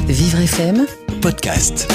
Vivre FM podcast.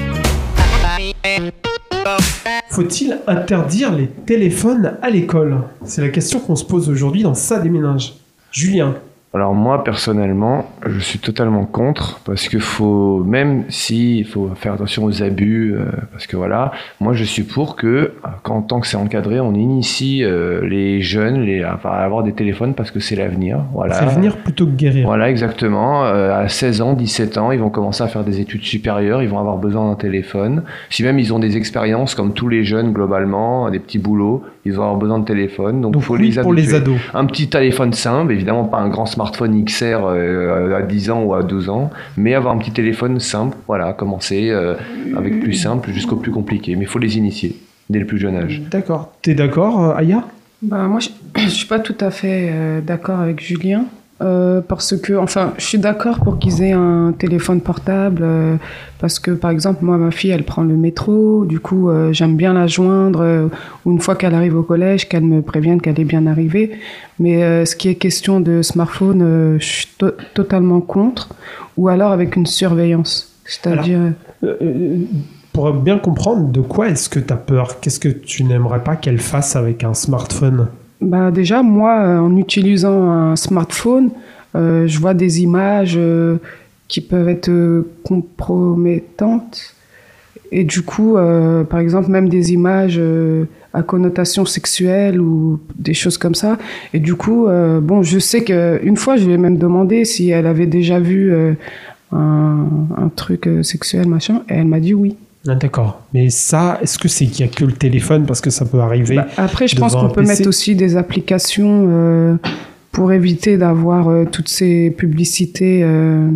Faut-il interdire les téléphones à l'école ? C'est la question qu'on se pose aujourd'hui dans Ça déménage. Julien. Alors moi, personnellement, je suis totalement contre, parce que même s'il faut faire attention aux abus, parce que voilà, moi je suis pour que, tant que c'est encadré, on initie les jeunes à avoir des téléphones, parce que c'est l'avenir. Voilà. Prévenir plutôt que guérir. Voilà, exactement. À 16 ans, 17 ans, ils vont commencer à faire des études supérieures, ils vont avoir besoin d'un téléphone. Si même ils ont des expériences, comme tous les jeunes globalement, des petits boulots, ils vont avoir besoin de téléphone. Donc faut oui, les pour les ados. Un petit téléphone simple, évidemment pas un grand smartphone XR à 10 ans ou à 12 ans, mais avoir un petit téléphone simple, voilà, commencer avec plus simple jusqu'au plus compliqué. Mais il faut les initier dès le plus jeune âge. D'accord. T'es d'accord, Aya ? Moi, je suis pas tout à fait d'accord avec Julien. Parce que, je suis d'accord pour qu'ils aient un téléphone portable, parce que, par exemple, moi, ma fille, elle prend le métro, du coup, j'aime bien la joindre, ou une fois qu'elle arrive au collège, qu'elle me prévienne qu'elle est bien arrivée. Mais ce qui est question de smartphone, je suis totalement contre, ou alors avec une surveillance. C'est-à-dire... Pour bien comprendre, de quoi est-ce que tu as peur ? Qu'est-ce que tu n'aimerais pas qu'elle fasse avec un smartphone ? Déjà, moi, en utilisant un smartphone, je vois des images qui peuvent être compromettantes. Et du coup, par exemple, même des images à connotation sexuelle ou des choses comme ça. Et du coup, je sais qu'une fois, je lui ai même demandé si elle avait déjà vu un truc sexuel, machin. Et elle m'a dit oui. Ah, d'accord. Mais ça, est-ce que c'est qu'il n'y a que le téléphone parce que ça peut arriver après, je pense qu'on peut mettre aussi des applications pour éviter d'avoir toutes ces publicités.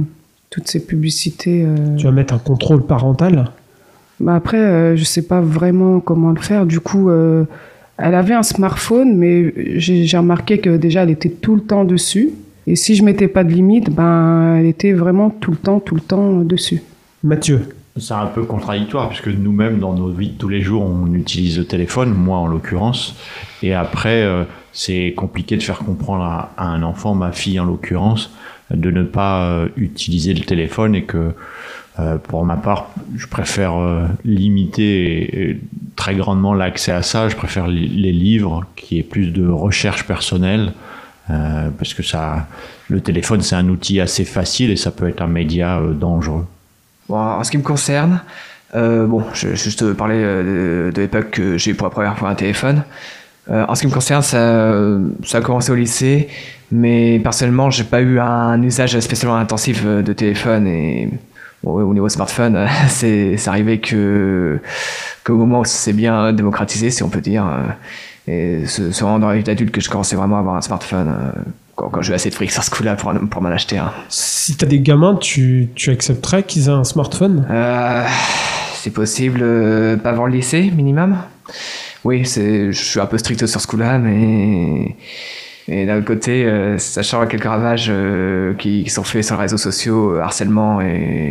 Tu vas mettre un contrôle parental ? Après, je ne sais pas vraiment comment le faire. Du coup, elle avait un smartphone, mais j'ai remarqué que déjà, elle était tout le temps dessus. Et si je ne mettais pas de limite, elle était vraiment tout le temps dessus. Mathieu. C'est un peu contradictoire, puisque nous-mêmes, dans nos vies de tous les jours, on utilise le téléphone, moi en l'occurrence. Et après, c'est compliqué de faire comprendre à un enfant, ma fille en l'occurrence, de ne pas utiliser le téléphone et que, pour ma part, je préfère limiter très grandement l'accès à ça. Je préfère les livres, qui est plus de recherche personnelle, parce que le téléphone, c'est un outil assez facile et ça peut être un média dangereux. Bon, en ce qui me concerne, je te parlais de l'époque que j'ai eu pour la première fois un téléphone. En ce qui me concerne, ça a commencé au lycée, mais personnellement, j'ai pas eu un usage spécialement intensif de téléphone. Et au niveau smartphone, c'est arrivé qu'au moment où c'est bien démocratisé, si on peut dire. Et c'est vraiment dans la vie d'adulte que je commençais vraiment à avoir un smartphone. Quand j'ai assez de fric sur ce coup-là pour m'en acheter un. Si t'as des gamins, tu accepterais qu'ils aient un smartphone ? C'est possible, pas avant le lycée, minimum. Oui, je suis un peu strict sur ce coup-là, mais d'un autre côté, sachant quelques ravages qui sont faits sur les réseaux sociaux, harcèlement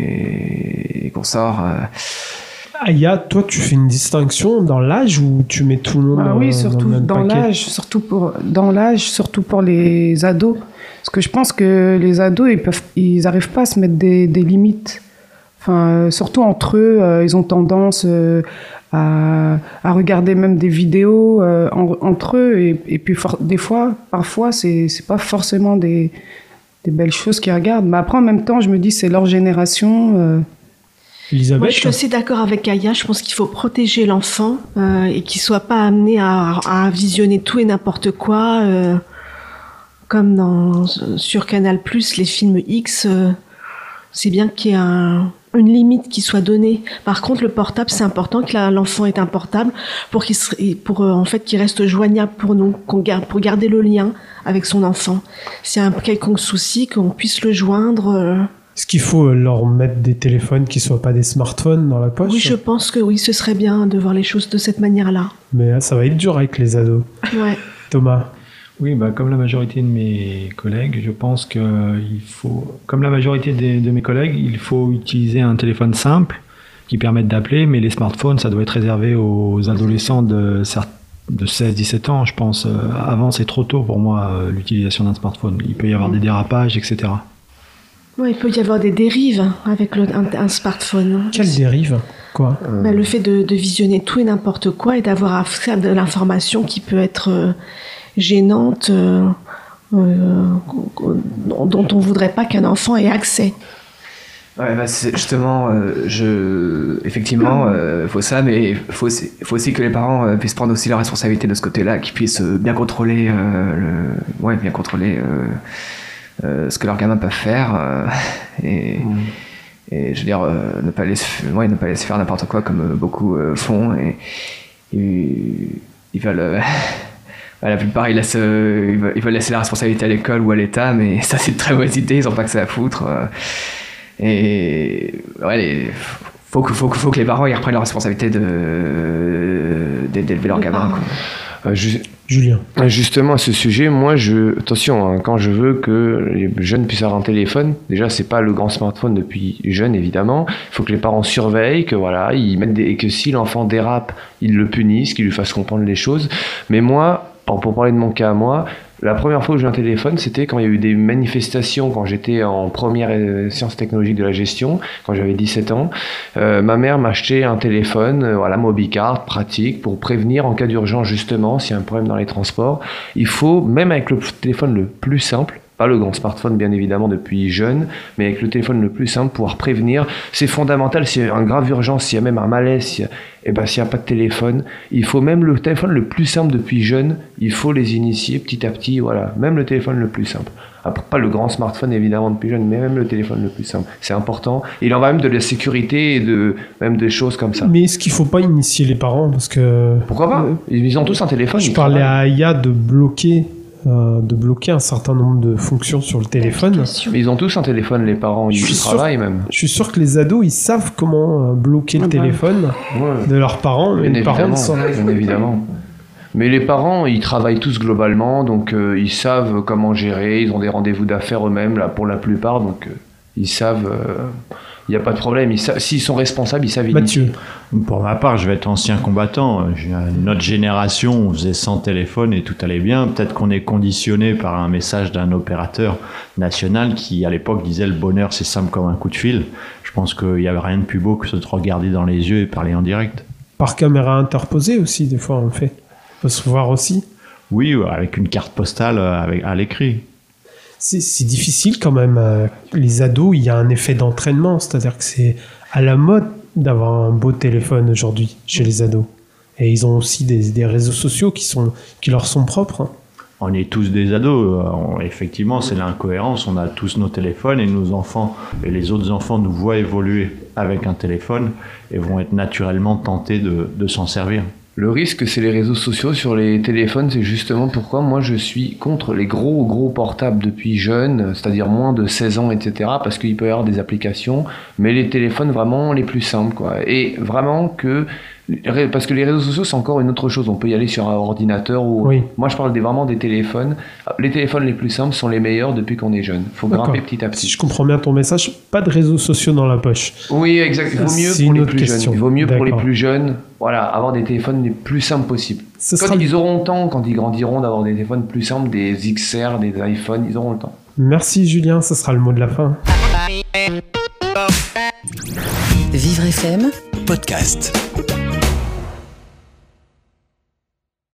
et consorts... Aya, toi, tu fais une distinction dans l'âge ou tu mets tout le monde oui, surtout dans le même paquet ? Dans l'âge, surtout pour les ados. Parce que je pense que les ados, ils n'arrivent pas à se mettre des limites. Surtout entre eux, ils ont tendance à regarder même des vidéos entre eux. Et puis, parfois, c'est pas forcément des belles choses qu'ils regardent. Mais après, en même temps, je me dis, c'est leur génération... Elisabeth, moi, je suis aussi d'accord avec Aya. Je pense qu'il faut protéger l'enfant et qu'il soit pas amené à visionner tout et n'importe quoi, comme sur Canal+, les films X. C'est bien qu'il y ait une limite qui soit donnée. Par contre, le portable, c'est important que l'enfant ait un portable pour qu'il reste joignable pour nous, pour garder le lien avec son enfant. S'il y a un quelconque souci, qu'on puisse le joindre. Est-ce qu'il faut leur mettre des téléphones qui ne soient pas des smartphones dans la poche ? Oui, je pense que oui, ce serait bien de voir les choses de cette manière-là. Mais ça va être dur avec les ados. Ouais. Thomas ? Oui, comme la majorité de mes collègues, je pense qu'il faut, comme la majorité de mes collègues, il faut utiliser un téléphone simple qui permette d'appeler, mais les smartphones, ça doit être réservé aux adolescents de 16-17 ans, je pense. Avant, c'est trop tôt pour moi, l'utilisation d'un smartphone. Il peut y avoir des dérapages, etc. Ouais, il peut y avoir des dérives avec un smartphone. Quelle dérive? Quoi? Le fait de visionner tout et n'importe quoi et d'avoir accès à de l'information qui peut être gênante, dont on voudrait pas qu'un enfant ait accès. Ouais, c'est justement, effectivement, faut ça, mais faut aussi que les parents puissent prendre aussi leur responsabilité de ce côté-là, qu'ils puissent bien contrôler, ce que leurs gamins peuvent faire, et je veux dire, ne pas laisser faire n'importe quoi comme beaucoup font, et ils veulent. La plupart, ils veulent laisser la responsabilité à l'école ou à l'État, mais ça, c'est une très mauvaise idée, ils ont pas que ça à foutre. Et ouais, faut que les parents ils reprennent leur responsabilité d'élever leurs gamins. Julien. Justement, à ce sujet, moi, attention, hein, quand je veux que les jeunes puissent avoir un téléphone, déjà, c'est pas le grand smartphone depuis jeune, évidemment. Il faut que les parents surveillent, que voilà, et que si l'enfant dérape, ils le punissent, qu'ils lui fassent comprendre les choses. Mais moi, pour parler de mon cas à moi, la première fois où j'ai eu un téléphone, c'était quand il y a eu des manifestations, quand j'étais en première sciences technologiques de la gestion, quand j'avais 17 ans. Ma mère m'a acheté un téléphone, Mobicard, pratique, pour prévenir en cas d'urgence, justement, s'il y a un problème dans les transports. Il faut, même avec le téléphone le plus simple, pas le grand smartphone, bien évidemment, depuis jeune, mais avec le téléphone le plus simple, pouvoir prévenir. C'est fondamental, s'il y a une grave urgence, s'il y a même un malaise, s'il n'y a pas de téléphone, il faut même le téléphone le plus simple depuis jeune, il faut les initier petit à petit, voilà. Même le téléphone le plus simple. Après, pas le grand smartphone, évidemment, depuis jeune, mais même le téléphone le plus simple. C'est important. Il en va même de la sécurité et même des choses comme ça. Mais est-ce qu'il ne faut pas initier les parents? Parce que... Pourquoi pas? Ils ont tous un téléphone. Je parlais à Aya de bloquer un certain nombre de fonctions sur le téléphone. Mais ils ont tous un téléphone, les parents, ils travaillent même. Je suis sûr que les ados, ils savent comment bloquer le téléphone de leurs parents, mais les parents ne savent pas. Bien évidemment. Mais les parents, ils travaillent tous globalement, donc ils savent comment gérer, ils ont des rendez-vous d'affaires eux-mêmes, là, pour la plupart, donc ils savent... Il n'y a pas de problème. S'ils sont responsables, ils savent initier. Mathieu. Pour ma part, je vais être ancien combattant. Notre génération, on faisait sans téléphone et tout allait bien. Peut-être qu'on est conditionné par un message d'un opérateur national qui, à l'époque, disait le bonheur, c'est simple comme un coup de fil. Je pense qu'il n'y avait rien de plus beau que de se regarder dans les yeux et parler en direct. Par caméra interposée aussi, des fois, on le fait. On peut se voir aussi. Oui, avec une carte postale à l'écrit. C'est difficile quand même. Les ados, il y a un effet d'entraînement, c'est-à-dire que c'est à la mode d'avoir un beau téléphone aujourd'hui chez les ados. Et ils ont aussi des réseaux sociaux qui leur sont propres. On est tous des ados. Effectivement, c'est l'incohérence. On a tous nos téléphones et nos enfants et les autres enfants nous voient évoluer avec un téléphone et vont être naturellement tentés de s'en servir. Le risque, c'est les réseaux sociaux sur les téléphones. C'est justement pourquoi moi je suis contre les gros portables depuis jeune, c'est-à-dire moins de 16 ans, etc. Parce qu'il peut y avoir des applications, mais les téléphones vraiment les plus simples, quoi. Et vraiment parce que les réseaux sociaux, c'est encore une autre chose. On peut y aller sur un ordinateur ou... Oui. Moi, je parle vraiment des téléphones. Les téléphones les plus simples sont les meilleurs depuis qu'on est jeune. Il faut grimper petit à petit. Si je comprends bien ton message, pas de réseaux sociaux dans la poche. Oui, exact. Il vaut mieux C'est pour une les autre plus question. jeunes. Il vaut mieux pour les D'accord. plus jeunes, voilà, avoir des téléphones les plus simples possibles. Ils auront le temps, quand ils grandiront, d'avoir des téléphones plus simples, des XR, des iPhones, ils auront le temps. Merci Julien, ce sera le mot de la fin. Vivre FM Podcast.